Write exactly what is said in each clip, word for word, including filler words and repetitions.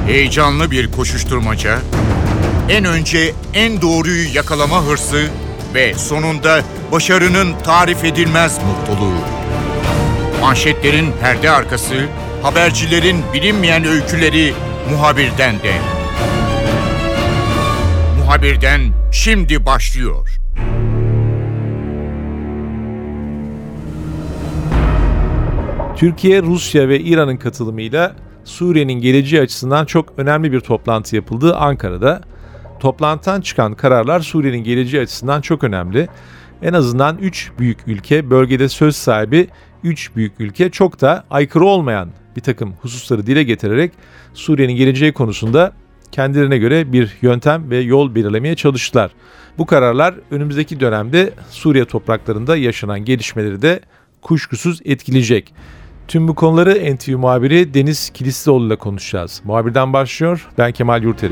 Heyecanlı bir koşuşturmaca, en önce en doğruyu yakalama hırsı ve sonunda başarının tarif edilmez mutluluğu. Manşetlerin perde arkası, habercilerin bilinmeyen öyküleri Muhabir'den de. Muhabir'den şimdi başlıyor. Türkiye, Rusya ve İran'ın katılımıyla Suriye'nin geleceği açısından çok önemli bir toplantı yapıldı Ankara'da. Toplantıdan çıkan kararlar Suriye'nin geleceği açısından çok önemli. En azından üç büyük ülke, bölgede söz sahibi üç büyük ülke çok da aykırı olmayan bir takım hususları dile getirerek Suriye'nin geleceği konusunda kendilerine göre bir yöntem ve yol belirlemeye çalıştılar. Bu kararlar önümüzdeki dönemde Suriye topraklarında yaşanan gelişmeleri de kuşkusuz etkileyecek. Tüm bu konuları N T V muhabiri Deniz Kilislioğlu ile konuşacağız. Muhabirden başlıyor, ben Kemal Yurterim.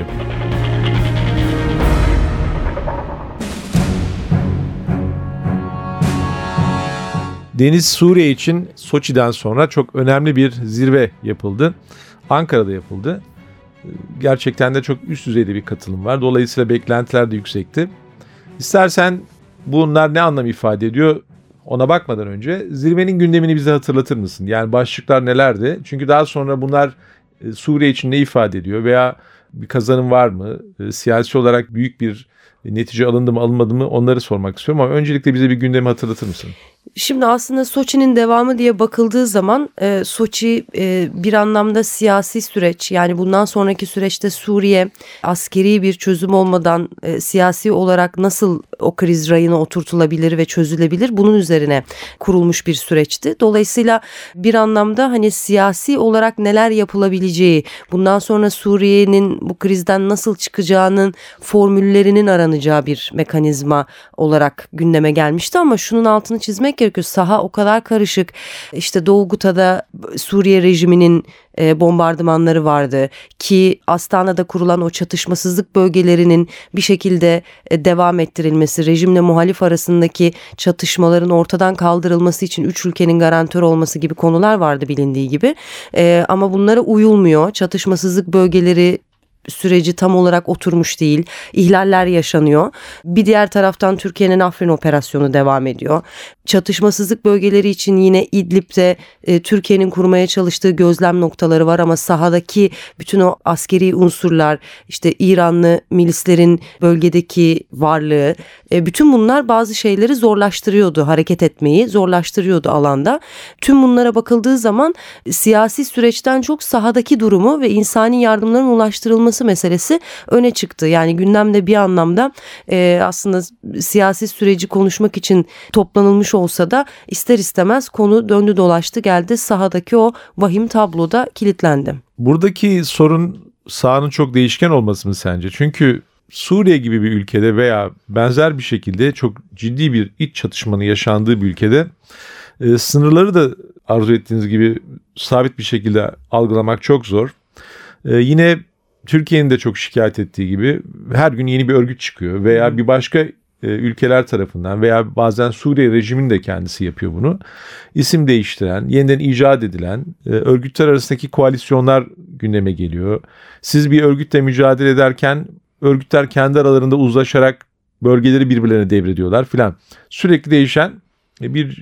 Deniz, Suriye için Soçi'den sonra çok önemli bir zirve yapıldı. Ankara'da yapıldı. Gerçekten de çok üst düzeyde bir katılım var. Dolayısıyla beklentiler de yüksekti. İstersen bunlar ne anlam ifade ediyor? Ona bakmadan önce zirvenin gündemini bize hatırlatır mısın? Yani başlıklar nelerdi? Çünkü daha sonra bunlar Suriye için ne ifade ediyor veya bir kazanım var mı? Siyasi olarak büyük bir netice alındı mı alınmadı mı onları sormak istiyorum ama öncelikle bize bir gündemi hatırlatır mısın? Şimdi aslında Soçi'nin devamı diye bakıldığı zaman e, Soçi e, bir anlamda siyasi süreç, yani bundan sonraki süreçte Suriye askeri bir çözüm olmadan e, siyasi olarak nasıl o kriz rayına oturtulabilir ve çözülebilir, bunun üzerine kurulmuş bir süreçti. Dolayısıyla bir anlamda hani siyasi olarak neler yapılabileceği, bundan sonra Suriye'nin bu krizden nasıl çıkacağının formüllerinin aranacağı bir mekanizma olarak gündeme gelmişti ama şunun altını çizmek gerekiyor. Saha o kadar karışık. İşte Doğu Guta'da Suriye rejiminin e, bombardımanları vardı ki Astana'da kurulan o çatışmasızlık bölgelerinin bir şekilde e, devam ettirilmesi, rejimle muhalif arasındaki çatışmaların ortadan kaldırılması için üç ülkenin garantörü olması gibi konular vardı bilindiği gibi. E, ama bunlara uyulmuyor. Çatışmasızlık bölgeleri süreci tam olarak oturmuş değil. İhlaller yaşanıyor. Bir diğer taraftan Türkiye'nin Afrin operasyonu devam ediyor. Çatışmasızlık bölgeleri için yine İdlib'de e, Türkiye'nin kurmaya çalıştığı gözlem noktaları var ama sahadaki bütün o askeri unsurlar, işte İranlı milislerin bölgedeki varlığı, e, bütün bunlar bazı şeyleri zorlaştırıyordu, hareket etmeyi zorlaştırıyordu alanda. Tüm bunlara bakıldığı zaman siyasi süreçten çok sahadaki durumu ve insani yardımların ulaştırılması meselesi öne çıktı. Yani gündemde bir anlamda e, aslında siyasi süreci konuşmak için toplanılmış olsa da ister istemez konu döndü dolaştı geldi, sahadaki o vahim tabloda kilitlendi. Buradaki sorun sahanın çok değişken olması mı sence? Çünkü Suriye gibi bir ülkede veya benzer bir şekilde çok ciddi bir iç çatışmanın yaşandığı bir ülkede e, sınırları da arzu ettiğiniz gibi sabit bir şekilde algılamak çok zor. E, yine Türkiye'nin de çok şikayet ettiği gibi her gün yeni bir örgüt çıkıyor veya bir başka e, ülkeler tarafından veya bazen Suriye rejiminin de kendisi yapıyor bunu. İsim değiştiren, yeniden icat edilen e, örgütler arasındaki koalisyonlar gündeme geliyor. Siz bir örgütle mücadele ederken örgütler kendi aralarında uzlaşarak bölgeleri birbirlerine devrediyorlar filan. Sürekli değişen bir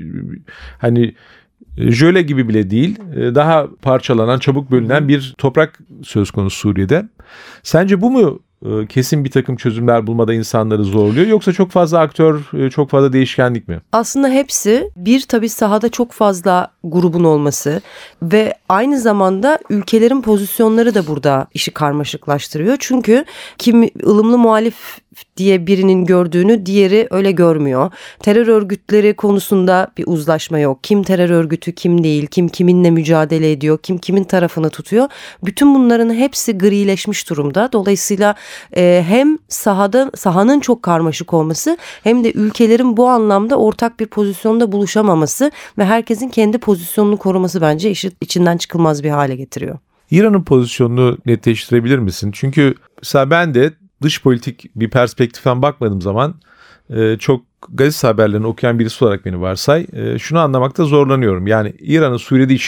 hani jöle gibi bile değil, daha parçalanan, çabuk bölünen bir toprak söz konusu Suriye'de. Sence bu mu kesin bir takım çözümler bulmada insanları zorluyor, yoksa çok fazla aktör, çok fazla değişkenlik mi? Aslında hepsi. Bir, tabii sahada çok fazla grubun olması ve aynı zamanda ülkelerin pozisyonları da burada işi karmaşıklaştırıyor. Çünkü kim ılımlı muhalif diye birinin gördüğünü diğeri öyle görmüyor. Terör örgütleri konusunda bir uzlaşma yok. Kim terör örgütü, kim değil, kim kiminle mücadele ediyor, kim kimin tarafını tutuyor. Bütün bunların hepsi grileşmiş durumda. Dolayısıyla e, hem sahada sahanın çok karmaşık olması hem de ülkelerin bu anlamda ortak bir pozisyonda buluşamaması ve herkesin kendi pozisyonunu koruması bence işi içinden çıkılmaz bir hale getiriyor. İran'ın pozisyonunu netleştirebilir misin? Çünkü mesela ben de dış politik bir perspektiften bakmadığım zaman çok gazete haberlerini okuyan birisi olarak beni varsay, şunu anlamakta zorlanıyorum. Yani İran'ın Suriye'de işi ne?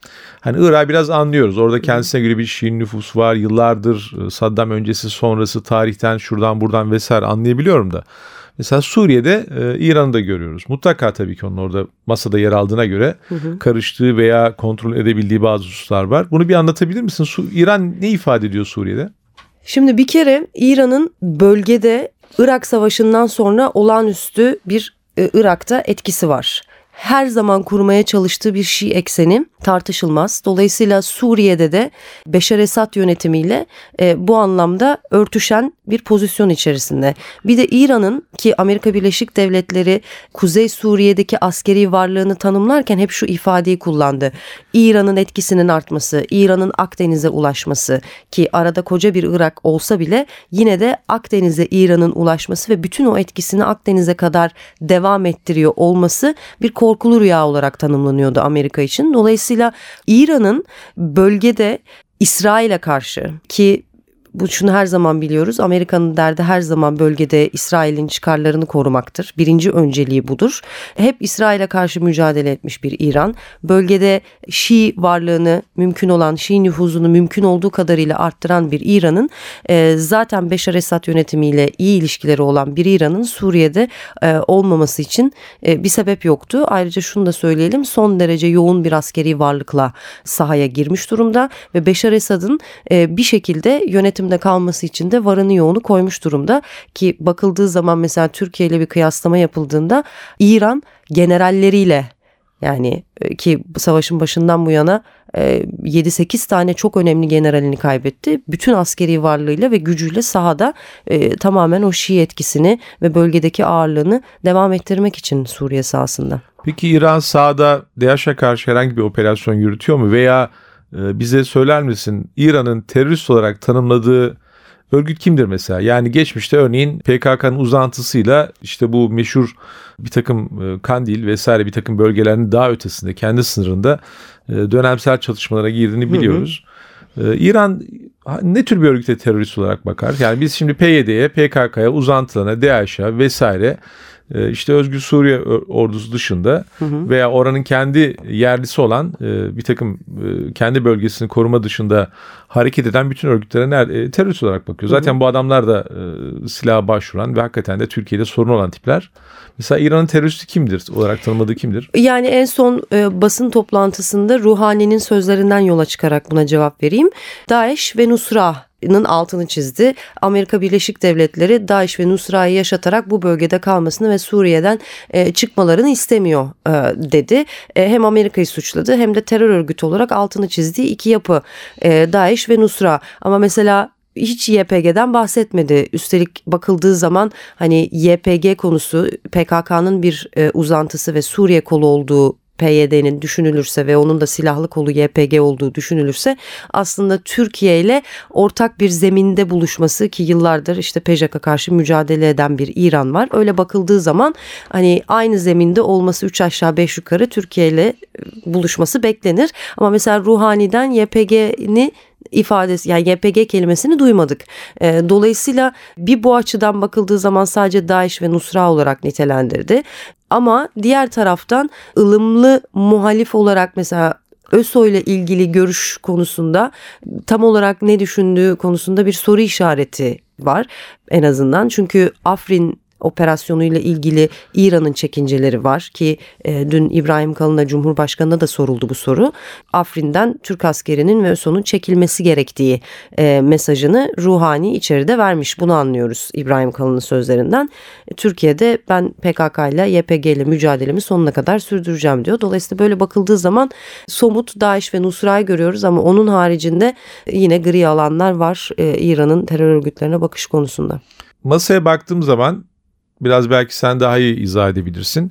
Hani Irak'ı biraz anlıyoruz. Orada kendisine göre bir Şii nüfus var. Yıllardır Saddam öncesi sonrası tarihten şuradan buradan vesaire anlayabiliyorum da. Mesela Suriye'de e, İran'ı da görüyoruz. Mutlaka tabii ki onun orada masada yer aldığına göre hı hı. karıştığı veya kontrol edebildiği bazı hususlar var. Bunu bir anlatabilir misin? Su, İran ne ifade ediyor Suriye'de? Şimdi bir kere İran'ın bölgede Irak Savaşı'ndan sonra olağanüstü bir e, Irak'ta etkisi var. Her zaman kurmaya çalıştığı bir Şii ekseni tartışılmaz. Dolayısıyla Suriye'de de Beşar Esad yönetimiyle e, bu anlamda örtüşen bir pozisyon içerisinde. Bir de İran'ın, ki Amerika Birleşik Devletleri Kuzey Suriye'deki askeri varlığını tanımlarken hep şu ifadeyi kullandı. İran'ın etkisinin artması, İran'ın Akdeniz'e ulaşması, ki arada koca bir Irak olsa bile yine de Akdeniz'e İran'ın ulaşması ve bütün o etkisini Akdeniz'e kadar devam ettiriyor olması bir korkulu rüya olarak tanımlanıyordu Amerika için. Dolayısıyla İran'ın bölgede İsrail'e karşı, ki bu şunu her zaman biliyoruz, Amerika'nın derdi her zaman bölgede İsrail'in çıkarlarını korumaktır. Birinci önceliği budur. Hep İsrail'e karşı mücadele etmiş bir İran. Bölgede Şii varlığını, mümkün olan Şii nüfuzunu mümkün olduğu kadarıyla arttıran bir İran'ın, e, zaten Beşar Esad yönetimiyle iyi ilişkileri olan bir İran'ın Suriye'de e, olmaması için e, bir sebep yoktu. Ayrıca şunu da söyleyelim, son derece yoğun bir askeri varlıkla sahaya girmiş durumda ve Beşar Esad'ın e, bir şekilde yönetim de kalması için de varını yoğunu koymuş durumda, ki bakıldığı zaman mesela Türkiye ile bir kıyaslama yapıldığında İran generalleriyle, yani ki savaşın başından bu yana yedi sekiz tane çok önemli generalini kaybetti. Bütün askeri varlığıyla ve gücüyle sahada e, tamamen o Şii etkisini ve bölgedeki ağırlığını devam ettirmek için Suriye sahasında. Peki İran sahada DAEŞ'e karşı herhangi bir operasyon yürütüyor mu veya bize söyler misin, İran'ın terörist olarak tanımladığı örgüt kimdir mesela? Yani geçmişte örneğin P K K'nın uzantısıyla işte bu meşhur bir takım Kandil vesaire bir takım bölgelerinin daha ötesinde, kendi sınırında dönemsel çatışmalara girdiğini biliyoruz. Hı hı. İran ne tür bir örgüte terörist olarak bakar? Yani biz şimdi P Y D'ye, P K K'ya, uzantılarına, DAEŞ'e vesaire, İşte Özgür Suriye ordusu dışında hı hı. veya oranın kendi yerlisi olan bir takım kendi bölgesini koruma dışında hareket eden bütün örgütlere terörist olarak bakıyor. Zaten hı hı. bu adamlar da silaha başvuran ve hakikaten de Türkiye'de sorun olan tipler. Mesela İran'ın teröristi kimdir olarak tanımladığı kimdir? Yani en son e, basın toplantısında Ruhani'nin sözlerinden yola çıkarak buna cevap vereyim. DAEŞ ve Nusra'nın altını çizdi. Amerika Birleşik Devletleri DAEŞ ve Nusra'yı yaşatarak bu bölgede kalmasını ve Suriye'den e, çıkmalarını istemiyor e, dedi. E, hem Amerika'yı suçladı hem de terör örgütü olarak altını çizdiği iki yapı, e, DAEŞ ve Nusra. Ama mesela hiç Y P G'den bahsetmedi. Üstelik bakıldığı zaman hani Y P G konusu P K K'nın bir e, uzantısı ve Suriye kolu olduğu P Y D'nin düşünülürse ve onun da silahlı kolu Y P G olduğu düşünülürse aslında Türkiye ile ortak bir zeminde buluşması, ki yıllardır işte P J K'ya karşı mücadele eden bir İran var. Öyle bakıldığı zaman hani aynı zeminde olması, üç aşağı beş yukarı Türkiye ile buluşması beklenir. Ama mesela Ruhani'den Y P G'ni ifadesi, yani Y P G kelimesini duymadık. E, dolayısıyla bir bu açıdan bakıldığı zaman sadece DAEŞ ve Nusra olarak nitelendirdi. Ama diğer taraftan ılımlı muhalif olarak mesela ÖSO ile ilgili görüş konusunda tam olarak ne düşündüğü konusunda bir soru işareti var en azından. Çünkü Afrin operasyonuyla ilgili İran'ın çekinceleri var ki e, dün İbrahim Kalın'a, Cumhurbaşkanı'na da soruldu bu soru. Afrin'den Türk askerinin ve ÖSO'nun çekilmesi gerektiği e, mesajını Ruhani içeride vermiş. Bunu anlıyoruz İbrahim Kalın'ın sözlerinden. E, Türkiye'de ben P K K ile Y P G ile mücadelemi sonuna kadar sürdüreceğim diyor. Dolayısıyla böyle bakıldığı zaman somut DAEŞ ve Nusra'yı görüyoruz ama onun haricinde yine gri alanlar var e, İran'ın terör örgütlerine bakış konusunda. Masaya baktığım zaman biraz belki sen daha iyi izah edebilirsin.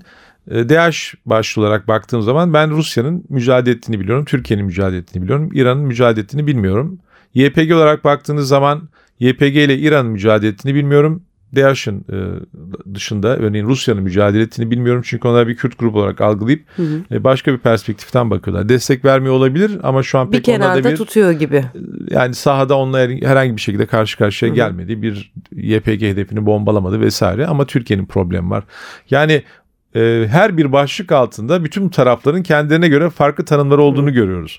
DAEŞ başlı olarak baktığım zaman ben Rusya'nın mücadele ettiğini biliyorum. Türkiye'nin mücadele ettiğini biliyorum. İran'ın mücadele ettiğini bilmiyorum. Y P G olarak baktığınız zaman Y P G ile İran'ın mücadele ettiğini bilmiyorum. DAEŞ'in dışında örneğin Rusya'nın mücadele ettiğini bilmiyorum. Çünkü onlar bir Kürt grubu olarak algılayıp hı hı. başka bir perspektiften bakıyorlar. Destek vermiyor olabilir ama şu an pek bir kenarda bir, tutuyor gibi. Yani sahada onunla herhangi bir şekilde karşı karşıya hı hı. gelmedi. Bir Y P G hedefini bombalamadı vesaire ama Türkiye'nin problemi var. Yani e, her bir başlık altında bütün bu tarafların kendilerine göre farklı tanımları olduğunu görüyoruz.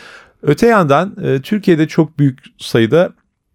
Öte yandan e, Türkiye'de çok büyük sayıda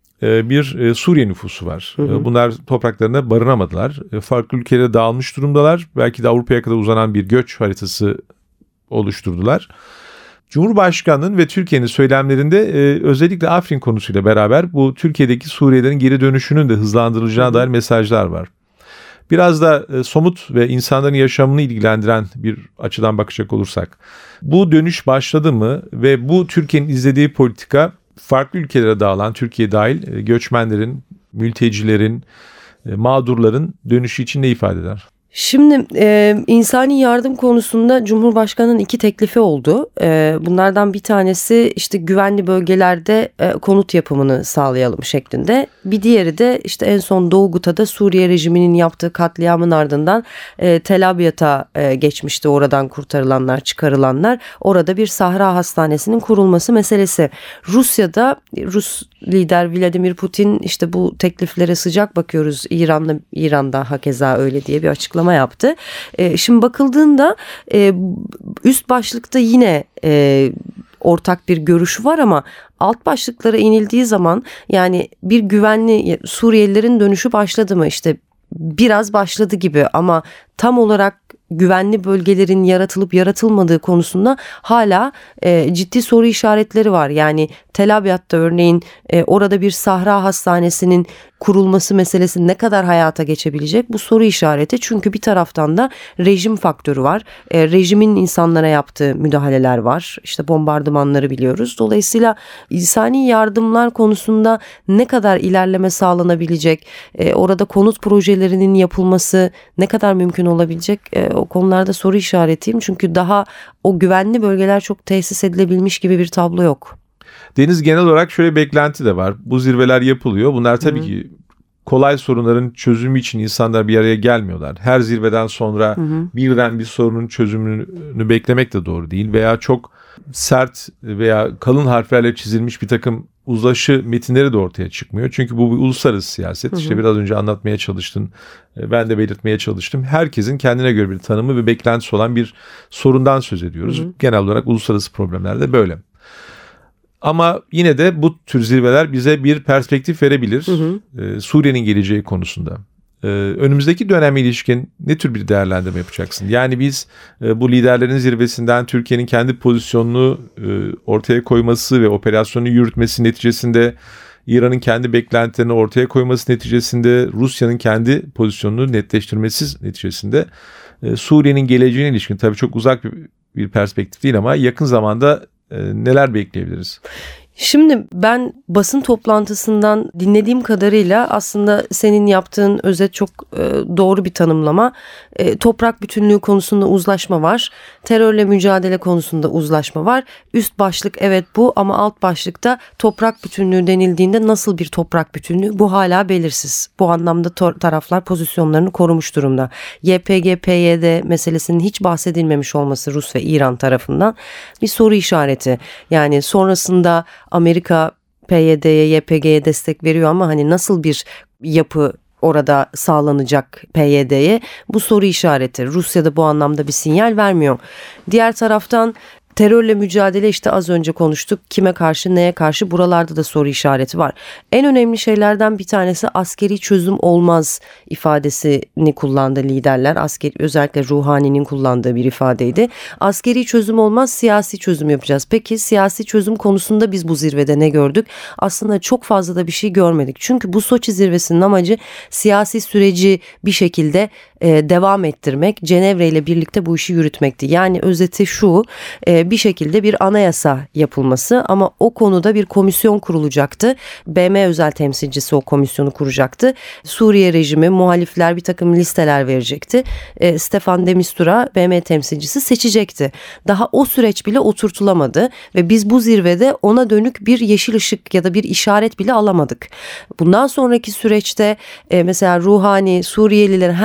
e, bir e, Suriye nüfusu var. Hı hı. Bunlar topraklarına barınamadılar. E, farklı ülkelere dağılmış durumdalar. Belki de Avrupa'ya kadar uzanan bir göç haritası oluşturdular. Cumhurbaşkanının ve Türkiye'nin söylemlerinde e, özellikle Afrin konusuyla beraber bu Türkiye'deki Suriyelilerin geri dönüşünün de hızlandırılacağına dair mesajlar var. Biraz da e, somut ve insanların yaşamını ilgilendiren bir açıdan bakacak olursak, bu dönüş başladı mı ve bu Türkiye'nin izlediği politika farklı ülkelere dağılan, Türkiye dahil e, göçmenlerin, mültecilerin, e, mağdurların dönüşü için ne ifade eder? Şimdi e, insani yardım konusunda Cumhurbaşkanı'nın iki teklifi oldu. E, bunlardan bir tanesi işte güvenli bölgelerde e, konut yapımını sağlayalım şeklinde. Bir diğeri de işte en son Doğu Guta'da Suriye rejiminin yaptığı katliamın ardından e, Tel Abyad'a e, geçmişti oradan kurtarılanlar, çıkarılanlar. Orada bir Sahra Hastanesi'nin kurulması meselesi. Rusya'da Rus lider Vladimir Putin işte bu tekliflere sıcak bakıyoruz. İran'da İran'da hakeza öyle diye bir açıklama yaptı. E, şimdi bakıldığında e, üst başlıkta yine e, ortak bir görüş var ama alt başlıklara inildiği zaman yani bir güvenli Suriyelilerin dönüşü başladı mı? İşte biraz başladı gibi ama tam olarak güvenli bölgelerin yaratılıp yaratılmadığı konusunda hala e, ciddi soru işaretleri var. Yani Tel Abyad'da örneğin e, orada bir Sahra Hastanesi'nin kurulması meselesi ne kadar hayata geçebilecek? Bu soru işareti. Çünkü bir taraftan da rejim faktörü var. E, rejimin insanlara yaptığı müdahaleler var. İşte bombardımanları biliyoruz. Dolayısıyla insani yardımlar konusunda ne kadar ilerleme sağlanabilecek? E, orada konut projelerinin yapılması ne kadar mümkün olabilecek? E, o konularda soru işaretiyim. Çünkü daha o güvenli bölgeler çok tesis edilebilmiş gibi bir tablo yok. Deniz, genel olarak şöyle bir beklenti de var. Bu zirveler yapılıyor. Bunlar tabii Hı-hı. ki kolay sorunların çözümü için insanlar bir araya gelmiyorlar. Her zirveden sonra Hı-hı. birden bir sorunun çözümünü beklemek de doğru değil. Veya çok sert veya kalın harflerle çizilmiş bir takım uzlaşı metinleri de ortaya çıkmıyor. Çünkü bu bir uluslararası siyaset. Hı-hı. İşte biraz önce anlatmaya çalıştın. Ben de belirtmeye çalıştım. Herkesin kendine göre bir tanımı ve beklentisi olan bir sorundan söz ediyoruz. Hı-hı. Genel olarak uluslararası problemlerde böyle. Ama yine de bu tür zirveler bize bir perspektif verebilir. Hı hı. Ee, Suriye'nin geleceği konusunda. Ee, önümüzdeki döneme ilişkin ne tür bir değerlendirme yapacaksın? Yani biz e, bu liderlerin zirvesinden Türkiye'nin kendi pozisyonunu e, ortaya koyması ve operasyonu yürütmesi neticesinde, İran'ın kendi beklentilerini ortaya koyması neticesinde, Rusya'nın kendi pozisyonunu netleştirmesi neticesinde e, Suriye'nin geleceğine ilişkin, tabii çok uzak bir, bir perspektif değil ama yakın zamanda neler bekleyebiliriz? Şimdi ben basın toplantısından dinlediğim kadarıyla aslında senin yaptığın özet çok e, doğru bir tanımlama. E, toprak bütünlüğü konusunda uzlaşma var. Terörle mücadele konusunda uzlaşma var. Üst başlık evet bu ama alt başlıkta toprak bütünlüğü denildiğinde nasıl bir toprak bütünlüğü? Bu hala belirsiz. Bu anlamda tor- taraflar pozisyonlarını korumuş durumda. Y P G P Y D meselesinin hiç bahsedilmemiş olması Rus ve İran tarafından bir soru işareti. Yani sonrasında Amerika P Y D'ye, Y P G'ye destek veriyor ama hani nasıl bir yapı orada sağlanacak P Y D'ye, bu soru işareti. Rusya da bu anlamda bir sinyal vermiyor. Diğer taraftan terörle mücadele, işte az önce konuştuk. Kime karşı, neye karşı, buralarda da soru işareti var. En önemli şeylerden bir tanesi askeri çözüm olmaz ifadesini kullandı liderler. Askeri, özellikle Ruhani'nin kullandığı bir ifadeydi. Askeri çözüm olmaz, siyasi çözüm yapacağız. Peki siyasi çözüm konusunda biz bu zirvede ne gördük? Aslında çok fazla da bir şey görmedik. Çünkü bu Soçi zirvesinin amacı siyasi süreci bir şekilde e, devam ettirmek. Cenevre ile birlikte bu işi yürütmekti. Yani özeti şu, e, bir şekilde bir anayasa yapılması ama o konuda bir komisyon kurulacaktı. B M özel temsilcisi o komisyonu kuracaktı. Suriye rejimi, muhalifler bir takım listeler verecekti. E, Stefan de Mistura B M temsilcisi seçecekti. Daha o süreç bile oturtulamadı ve biz bu zirvede ona dönük bir yeşil ışık ya da bir işaret bile alamadık. Bundan sonraki süreçte e, mesela Ruhani, Suriyelilerin her zaman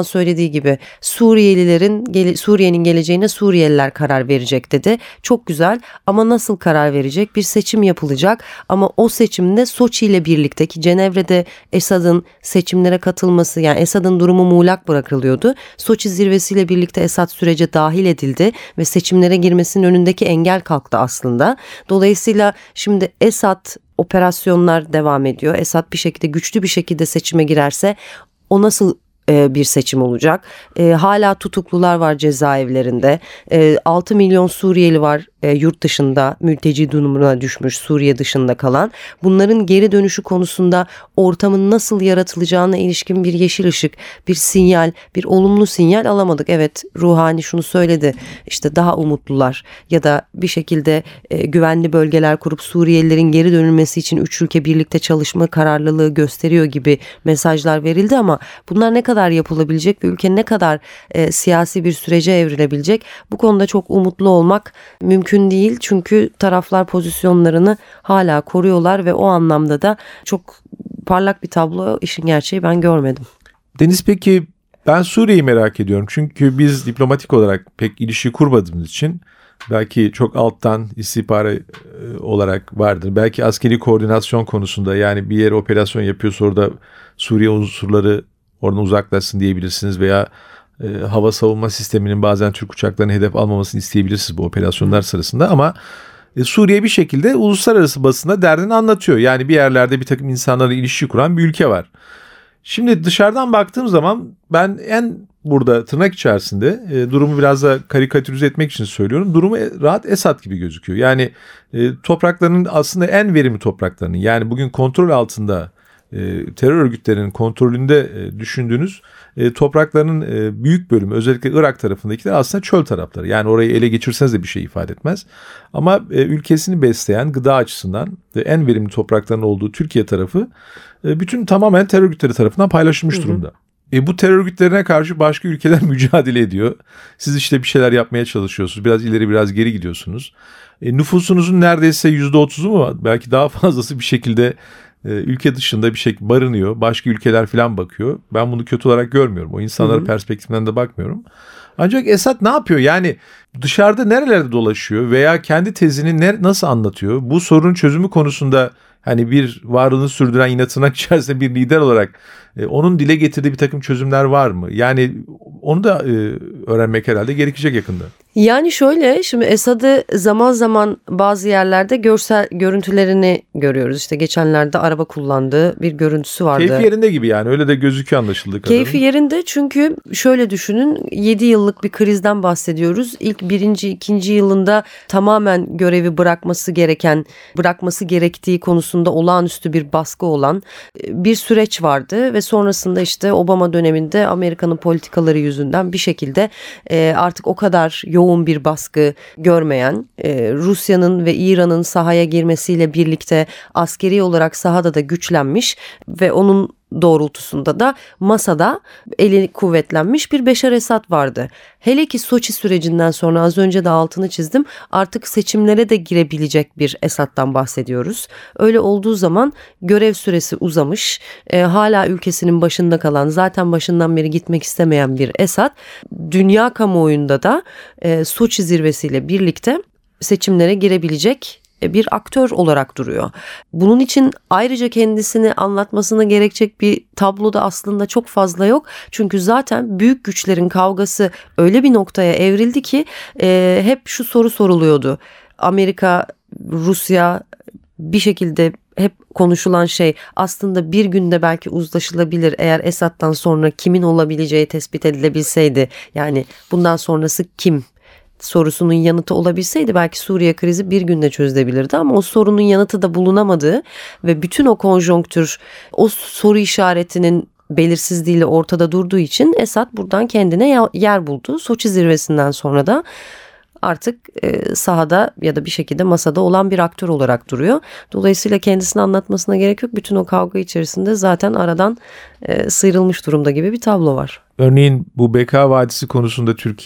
zaman söylediği gibi Suriyelilerin Suriye'nin geleceğine Suriyeliler karar verecek dedi. Çok güzel ama nasıl karar verecek? Bir seçim yapılacak ama o seçimde Soçi ile birlikte, ki Cenevre'de Esad'ın seçimlere katılması, yani Esad'ın durumu muğlak bırakılıyordu. Soçi zirvesiyle birlikte Esad sürece dahil edildi ve seçimlere girmesinin önündeki engel kalktı aslında. Dolayısıyla şimdi Esad operasyonlar devam ediyor. Esad bir şekilde güçlü bir şekilde seçime girerse o nasıl bir seçim olacak? E, hala tutuklular var cezaevlerinde. E, altı milyon Suriyeli var e, yurt dışında mülteci durumuna düşmüş, Suriye dışında kalan. Bunların geri dönüşü konusunda ortamın nasıl yaratılacağına ilişkin bir yeşil ışık, bir sinyal, bir olumlu sinyal alamadık. Evet, Ruhani şunu söyledi, işte daha umutlular ya da bir şekilde e, güvenli bölgeler kurup Suriyelilerin geri dönülmesi için üç ülke birlikte çalışma kararlılığı gösteriyor gibi mesajlar verildi ama bunlar ne kadar yapılabilecek ve ülke ne kadar e, siyasi bir sürece evrilebilecek? Bu konuda çok umutlu olmak mümkün değil. Çünkü taraflar pozisyonlarını hala koruyorlar ve o anlamda da çok parlak bir tablo, işin gerçeği, ben görmedim. Deniz, peki ben Suriye'yi merak ediyorum. Çünkü biz diplomatik olarak pek ilişki kurmadığımız için belki çok alttan istihbarat olarak vardır. Belki askeri koordinasyon konusunda, yani bir yere operasyon yapıyorsa orada Suriye unsurları oradan uzaklaşsın diyebilirsiniz veya e, hava savunma sisteminin bazen Türk uçaklarını hedef almamasını isteyebilirsiniz bu operasyonlar sırasında ama e, Suriye bir şekilde uluslararası basına derdini anlatıyor. Yani bir yerlerde bir takım insanlarla ilişki kuran bir ülke var. Şimdi dışarıdan baktığım zaman ben en burada tırnak içerisinde e, durumu biraz da karikatürize etmek için söylüyorum. Durumu rahat Esad gibi gözüküyor. Yani e, topraklarının aslında en verimli topraklarının, yani bugün kontrol altında E, terör örgütlerinin kontrolünde e, düşündüğünüz e, topraklarının e, büyük bölümü, özellikle Irak tarafındakiler aslında çöl tarafları. Yani orayı ele geçirseniz de bir şey ifade etmez. Ama e, ülkesini besleyen, gıda açısından ve en verimli toprakların olduğu Türkiye tarafı e, bütün tamamen terör örgütleri tarafından paylaşılmış hı hı. durumda. E, bu terör örgütlerine karşı başka ülkeler mücadele ediyor. Siz işte bir şeyler yapmaya çalışıyorsunuz. Biraz ileri biraz geri gidiyorsunuz. E, nüfusunuzun neredeyse yüzde otuzu mu, belki daha fazlası bir şekilde ülke dışında bir şey barınıyor. Başka ülkeler falan bakıyor. Ben bunu kötü olarak görmüyorum. O insanların perspektifinden de bakmıyorum. Ancak Esad ne yapıyor? Yani dışarıda nerelerde dolaşıyor veya kendi tezini ne, nasıl anlatıyor? Bu sorunun çözümü konusunda hani bir varlığını sürdüren, yine tırnak içerisinde bir lider olarak e, onun dile getirdiği bir takım çözümler var mı? Yani onu da e, öğrenmek herhalde gerekecek yakında. Yani şöyle, şimdi Esad'ı zaman zaman bazı yerlerde görsel görüntülerini görüyoruz. İşte geçenlerde araba kullandığı bir görüntüsü vardı. Keyfi yerinde gibi, yani öyle de gözüküyor anlaşıldığı kadarıyla. Keyfi yerinde, çünkü şöyle düşünün, yedi yıllık bir krizden bahsediyoruz. İlk birinci, ikinci yılında tamamen görevi bırakması gereken, bırakması gerektiği konusunda olağanüstü bir baskı olan bir süreç vardı ve sonrasında işte Obama döneminde Amerika'nın politikaları yüzünden bir şekilde artık o kadar yoğun bir baskı görmeyen, Rusya'nın ve İran'ın sahaya girmesiyle birlikte askeri olarak sahada da güçlenmiş ve onun doğrultusunda da masada eli kuvvetlenmiş bir Beşar Esad vardı. Hele ki Soçi sürecinden sonra, az önce de altını çizdim, artık seçimlere de girebilecek bir Esad'dan bahsediyoruz. Öyle olduğu zaman görev süresi uzamış, e, hala ülkesinin başında kalan, zaten başından beri gitmek istemeyen bir Esad, dünya kamuoyunda da e, Soçi zirvesiyle birlikte seçimlere girebilecek bir aktör olarak duruyor. Bunun için ayrıca kendisini anlatmasına gerekecek bir tablo da aslında çok fazla yok. Çünkü zaten büyük güçlerin kavgası öyle bir noktaya evrildi ki e, hep şu soru soruluyordu. Amerika, Rusya, bir şekilde hep konuşulan şey aslında bir günde belki uzlaşılabilir eğer Esad'dan sonra kimin olabileceği tespit edilebilseydi. Yani bundan sonrası kim sorusunun yanıtı olabilseydi belki Suriye krizi bir günde çözülebilirdi, ama o sorunun yanıtı da bulunamadığı ve bütün o konjonktür, o soru işaretinin belirsizliğiyle ortada durduğu için Esad buradan kendine yer buldu. Soçi zirvesinden sonra da artık e, sahada ya da bir şekilde masada olan bir aktör olarak duruyor. Dolayısıyla kendisini anlatmasına gerek yok. Bütün o kavga içerisinde zaten aradan e, sıyrılmış durumda gibi bir tablo var. Örneğin bu Beka Vadisi konusunda Türkiye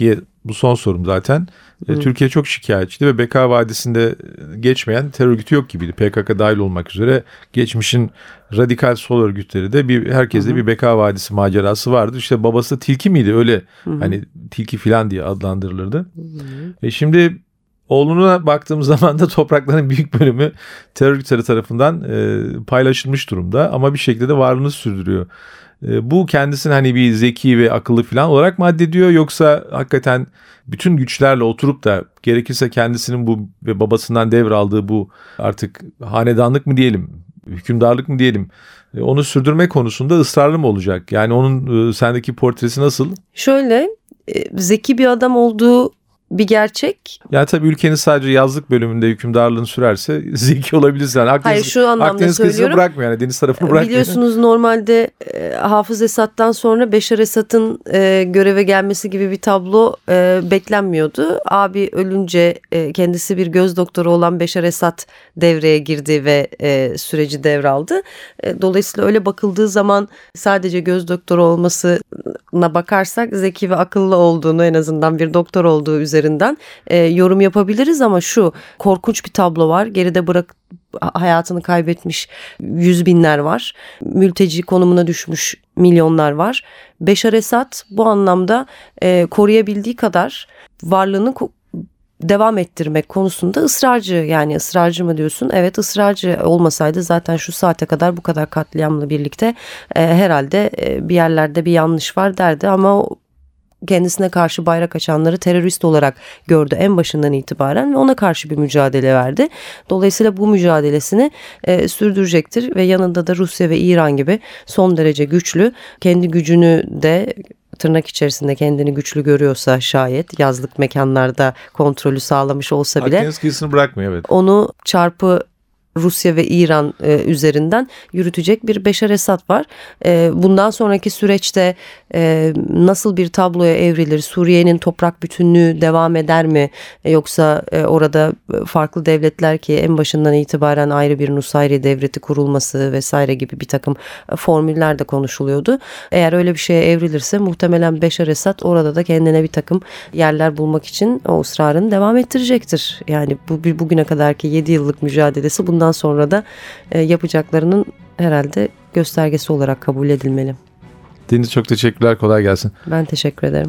Bu son sorum zaten. Hı. Türkiye çok şikayetçiydi ve Bekaa Vadisi'nde geçmeyen terör örgütü yok gibiydi. P K K dahil olmak üzere geçmişin radikal sol örgütleri de bir herkeste Hı. bir Bekaa Vadisi macerası vardı. İşte babası Tilki miydi? Öyle Hı. hani Tilki filan diye adlandırılırdı. Hı. E şimdi oğluna baktığımız zaman da toprakların büyük bölümü terör örgütleri tarafından e, paylaşılmış durumda ama bir şekilde de varlığını sürdürüyor. E, bu kendisini hani bir zeki ve akıllı falan olarak mı addediyor, yoksa hakikaten bütün güçlerle oturup da gerekirse kendisinin bu ve babasından devraldığı bu artık hanedanlık mı diyelim, hükümdarlık mı diyelim, e, onu sürdürme konusunda ısrarlı mı olacak? Yani onun e, sendeki portresi nasıl? Şöyle e, zeki bir adam olduğu bir gerçek. Yani tabii ülkenin sadece yazlık bölümünde hükümdarlığını sürerse zeki olabilirsin. Yani Akdeniz, Hayır, şu anlamda Akdeniz söylüyorum. kıyısını bırakmıyor, yani deniz tarafını bırakmıyor. Biliyorsunuz normalde e, Hafız Esad'dan sonra Beşar Esad'ın e, göreve gelmesi gibi bir tablo e, beklenmiyordu. Abi ölünce e, kendisi bir göz doktoru olan Beşar Esad devreye girdi ve e, süreci devraldı. E, dolayısıyla öyle bakıldığı zaman sadece göz doktoru olmasına bakarsak zeki ve akıllı olduğunu, en azından bir doktor olduğu üzerinden e, yorum yapabiliriz ama şu korkunç bir tablo var. Geride bırak hayatını kaybetmiş yüz binler var. Mülteci konumuna düşmüş milyonlar var. Beşar Esad bu anlamda e, koruyabildiği kadar varlığını ko- devam ettirmek konusunda ısrarcı. Yani ısrarcı mı diyorsun? Evet, ısrarcı olmasaydı zaten şu saate kadar bu kadar katliamla birlikte e, herhalde e, bir yerlerde bir yanlış var derdi ama o kendisine karşı bayrak açanları terörist olarak gördü en başından itibaren ve ona karşı bir mücadele verdi. Dolayısıyla bu mücadelesini e, sürdürecektir ve yanında da Rusya ve İran gibi son derece güçlü, kendi gücünü de tırnak içerisinde kendini güçlü görüyorsa şayet, yazlık mekanlarda kontrolü sağlamış olsa bile Akdeniz kıyısını bırakmıyor, evet. Onu çarpı Rusya ve İran e, üzerinden yürütecek bir Beşar Esad var. E, bundan sonraki süreçte e, nasıl bir tabloya evrilir? Suriye'nin toprak bütünlüğü devam eder mi? E, yoksa e, orada farklı devletler ki en başından itibaren ayrı bir Nusayri devleti kurulması vesaire gibi bir takım formüller de konuşuluyordu. Eğer öyle bir şeye evrilirse muhtemelen Beşar Esad orada da kendine bir takım yerler bulmak için o ısrarını devam ettirecektir. Yani bu bugüne kadarki yedi yıllık mücadelesi bundan sonra da e, yapacaklarının herhalde göstergesi olarak kabul edilmeli. Deniz, çok teşekkürler, kolay gelsin. Ben teşekkür ederim.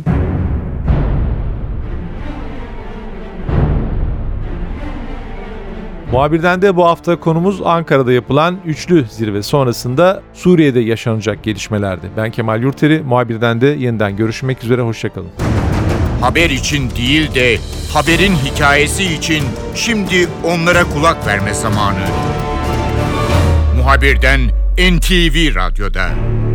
Muhabirden de bu hafta konumuz Ankara'da yapılan üçlü zirve sonrasında Suriye'de yaşanacak gelişmelerdi. Ben Kemal Yurteri, Muhabirden de yeniden görüşmek üzere, hoşçakalın. Haber için değil de haberin hikayesi için şimdi onlara kulak verme zamanı. Muhabirden N T V Radyo'da.